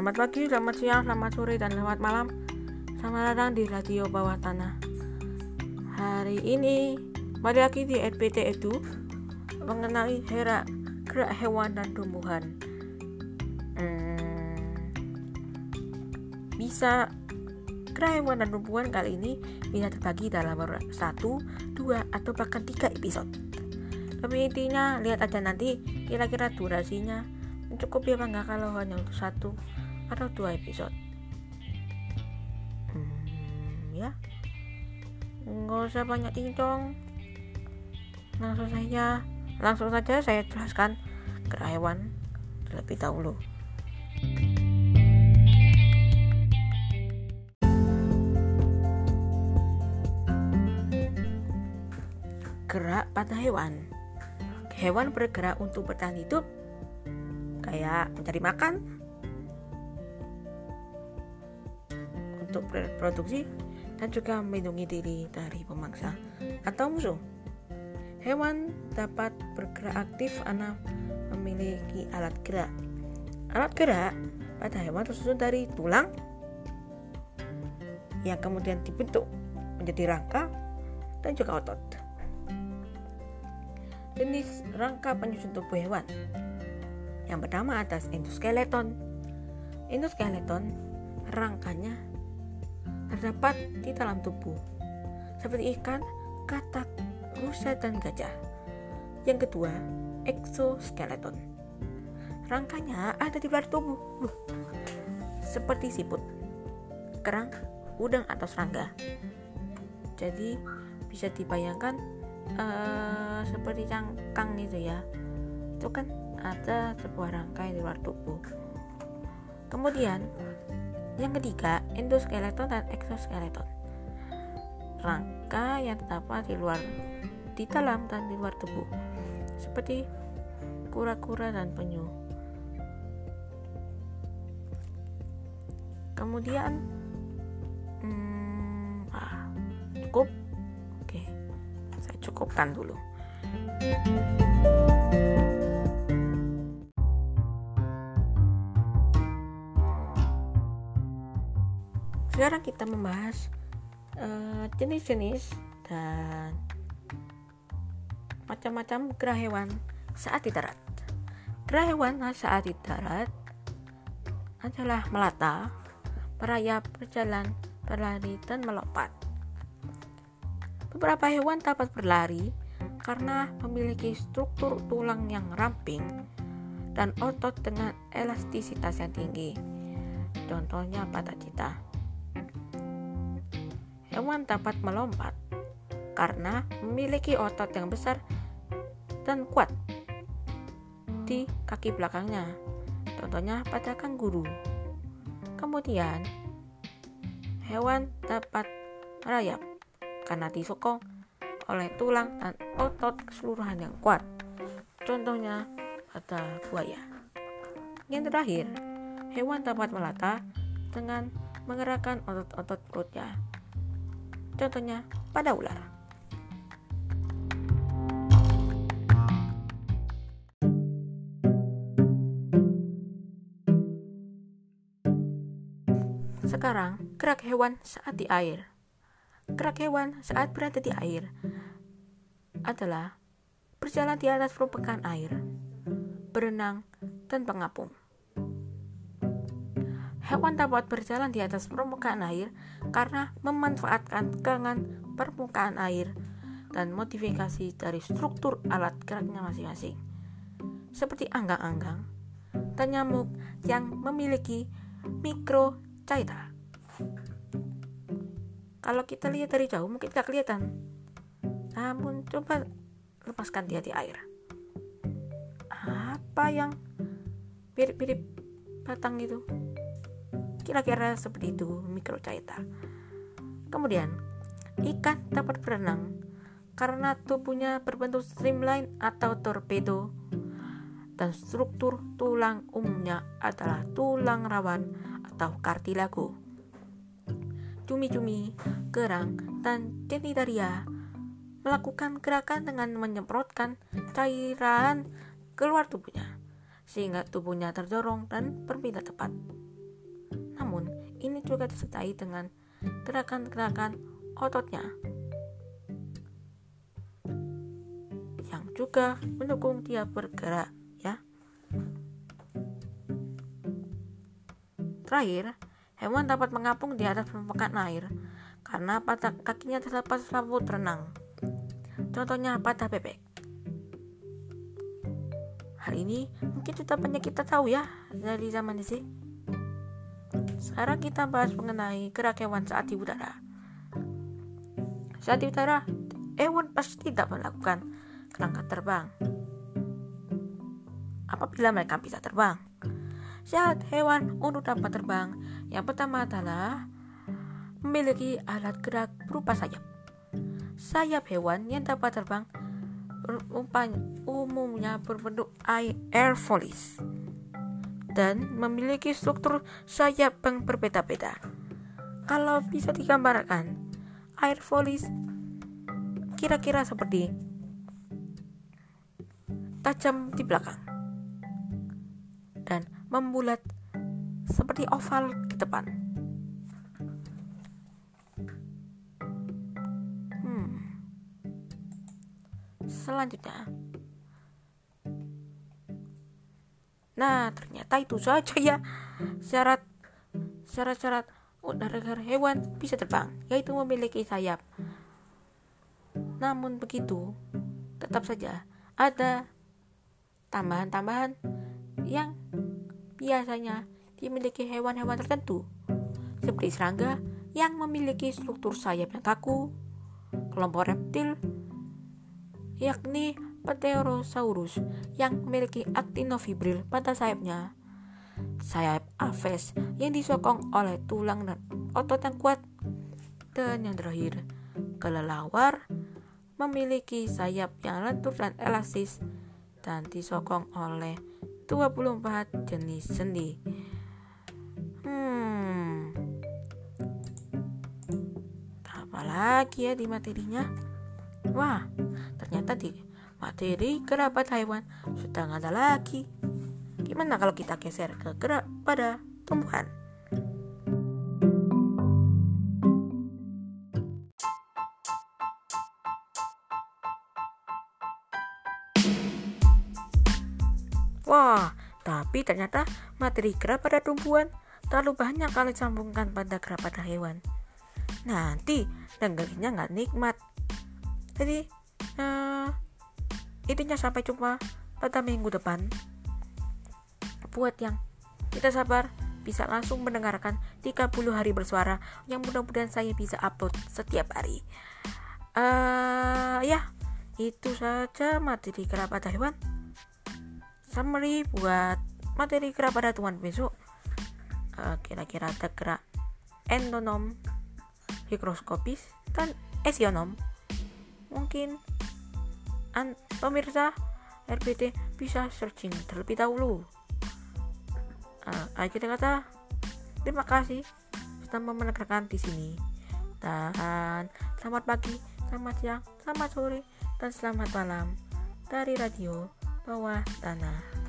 Selamat pagi, selamat siang, selamat sore, dan selamat malam. Selamat datang di Radio Bawah Tanah. Hari ini kembali lagi di RPT Edu mengenai gerak hewan dan tumbuhan. Bisa gerak hewan dan tumbuhan kali ini bisa terbagi dalam 1, 2, atau bahkan 3 episode. Tapi intinya lihat aja nanti kira-kira durasinya mencukupi apa enggak kalau hanya untuk 1 atau 2 episode. Ya, nggak usah banyak cincong, langsung saja saya jelaskan gerak hewan terlebih dahulu. Gerak pada hewan. Hewan bergerak untuk bertahan hidup, kayak mencari makan, untuk berproduksi, dan juga melindungi diri dari pemangsa atau musuh. Hewan dapat bergerak aktif karena memiliki alat gerak. Alat gerak pada hewan tersusun dari tulang yang kemudian dibentuk menjadi rangka dan juga otot. Jenis rangka penyusun tubuh hewan. Yang pertama ada endoskeleton. Endoskeleton rangkanya terdapat di dalam tubuh, seperti ikan, katak, rusa, dan gajah. Yang kedua, exoskeleton. Rangkanya ada di luar tubuh, seperti siput, kerang, udang, atau serangga. Jadi bisa dibayangkan seperti cangkang gitu ya. Itu kan ada sebuah rangka di luar tubuh. Kemudian yang ketiga, endoskeleton dan exoskeleton. Rangka yang terdapat di dalam dan di luar tubuh, seperti kura-kura dan penyu. Kemudian cukup. Oke, saya cukupkan dulu. Sekarang kita membahas jenis-jenis dan macam-macam gerak hewan saat di darat. Gerak hewan saat di darat adalah melata, merayap, berjalan, berlari, dan melompat. Beberapa hewan dapat berlari karena memiliki struktur tulang yang ramping dan otot dengan elastisitas yang tinggi. Contohnya pada cheetah. Hewan dapat melompat karena memiliki otot yang besar dan kuat di kaki belakangnya. Contohnya pada kanguru. Kemudian, hewan dapat merayap karena disokong oleh tulang dan otot keseluruhan yang kuat. Contohnya pada buaya. Yang terakhir, hewan dapat melata dengan menggerakkan otot-otot perutnya. Contohnya pada ular. Sekarang, gerak hewan saat di air. Gerak hewan saat berada di air adalah berjalan di atas permukaan air, berenang, dan mengapung. Hewan dapat berjalan di atas permukaan air karena memanfaatkan tegangan permukaan air dan modifikasi dari struktur alat geraknya masing-masing, seperti anggang-anggang dan nyamuk yang memiliki mikrochaeta. Kalau kita lihat dari jauh mungkin tidak kelihatan, namun coba lepaskan dia di air. Apa yang mirip-mirip batang itu? Kira-kira seperti itu mikrochaeta. Kemudian, ikan dapat berenang karena tubuhnya berbentuk streamline atau torpedo dan struktur tulang umumnya adalah tulang rawan atau kartilago. Cumi-cumi, kerang, dan cnidaria melakukan gerakan dengan menyemprotkan cairan keluar tubuhnya, sehingga tubuhnya terdorong dan berpindah tepat. juga disertai dengan gerakan-gerakan ototnya yang juga mendukung dia bergerak ya. Terakhir, hewan dapat mengapung di atas permukaan air karena pada kakinya terdapat selaput renang. Contohnya pada bebek. Hal ini mungkin sudah banyak kita tahu ya dari zaman dulu. Sekarang kita bahas mengenai gerak hewan saat di udara. Saat di udara, hewan pasti tidak melakukan kerangka terbang apabila mereka bisa terbang. Syarat hewan untuk dapat terbang yang pertama adalah memiliki alat gerak berupa sayap. Sayap hewan yang dapat terbang umumnya berbentuk air follies dan memiliki struktur sayap yang berbeda-beda. Kalau bisa digambarkan, air follies kira-kira seperti tajam di belakang dan membulat seperti oval di depan. Selanjutnya, nah ternyata itu saja ya syarat-syarat agar hewan bisa terbang, yaitu memiliki sayap. Namun begitu, tetap saja ada tambahan-tambahan yang biasanya dimiliki hewan-hewan tertentu, seperti serangga yang memiliki struktur sayap yang kaku, kelompok reptil yakni Pterosaurus yang memiliki actinofibril pada sayapnya, sayap Aves yang disokong oleh tulang dan otot yang kuat, dan yang terakhir, kelelawar memiliki sayap yang lentur dan elastis dan disokong oleh 24 jenis sendi. Apalagi ya di materinya? Wah, ternyata di materi kerabat hewan sudah nggak ada lagi. Gimana kalau kita geser ke gerak pada tumbuhan? Wah, tapi ternyata materi gerak pada tumbuhan terlalu banyak kalau disambungkan pada gerak pada hewan. Nanti dengerinnya nggak nikmat. Jadi intinya sampai jumpa pada minggu depan. Buat yang tidak sabar bisa langsung mendengarkan 30 hari bersuara yang mudah-mudahan saya bisa upload setiap hari. Ya, itu saja materi gerak pada hewan. Summary buat materi gerak pada tumbuhan besok. Kira-kira ada gerak endonom, hikroskopis, dan esionom. Mungkin pemirsa RBT bisa searching terlebih dahulu. Akhir kata, terima kasih sudah mendengarkan di sini. Dan selamat pagi, selamat siang, selamat sore, dan selamat malam dari Radio Bawah Tanah.